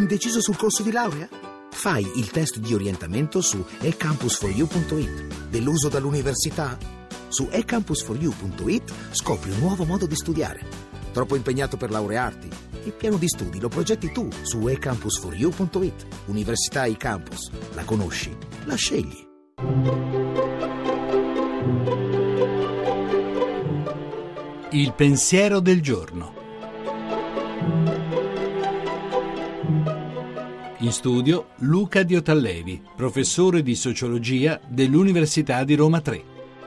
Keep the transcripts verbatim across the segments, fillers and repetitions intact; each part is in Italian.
Indeciso sul corso di laurea? Fai il test di orientamento su e campus for you punto it. Deluso dall'università? Su e campus for you punto it scopri un nuovo modo di studiare. Troppo impegnato per laurearti? Il piano di studi lo progetti tu su e campus for you punto it. Università eCampus. La conosci? La scegli. Il pensiero del giorno. In studio Luca Diotallevi, professore di sociologia dell'Università di Roma tre.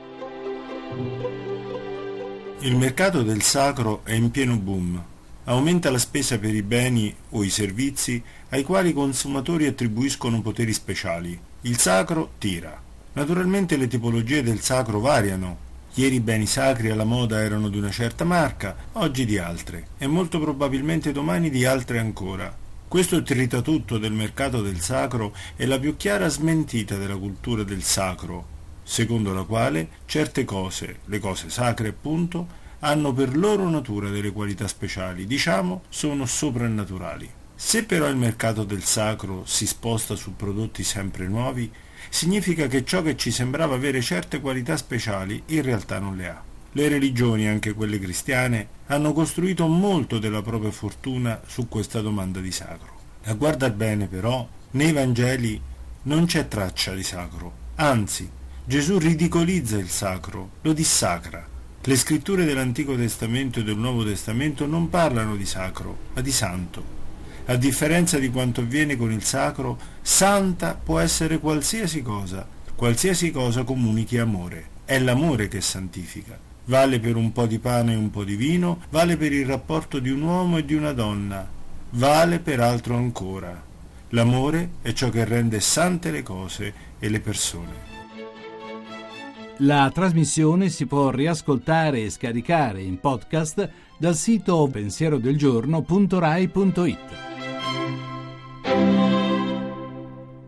Il mercato del sacro è in pieno boom. Aumenta la spesa per i beni o i servizi ai quali i consumatori attribuiscono poteri speciali. Il sacro tira. Naturalmente le tipologie del sacro variano. Ieri i beni sacri alla moda erano di una certa marca, oggi di altre, e molto probabilmente domani di altre ancora. Questo tritatutto del mercato del sacro è la più chiara smentita della cultura del sacro, secondo la quale certe cose, le cose sacre appunto, hanno per loro natura delle qualità speciali, diciamo sono soprannaturali. Se però il mercato del sacro si sposta su prodotti sempre nuovi, significa che ciò che ci sembrava avere certe qualità speciali in realtà non le ha. Le religioni, anche quelle cristiane, hanno costruito molto della propria fortuna su questa domanda di sacro. A guardar bene però, nei Vangeli non c'è traccia di sacro, anzi, Gesù ridicolizza il sacro, lo dissacra. Le scritture dell'Antico Testamento e del Nuovo Testamento non parlano di sacro, ma di santo. A differenza di quanto avviene con il sacro, santa può essere qualsiasi cosa, qualsiasi cosa comunichi amore. È l'amore che santifica. Vale per un po' di pane e un po' di vino, vale per il rapporto di un uomo e di una donna, vale per altro ancora. L'amore è ciò che rende sante le cose e le persone. La trasmissione si può riascoltare e scaricare in podcast dal sito pensierodelgiorno punto rai punto it.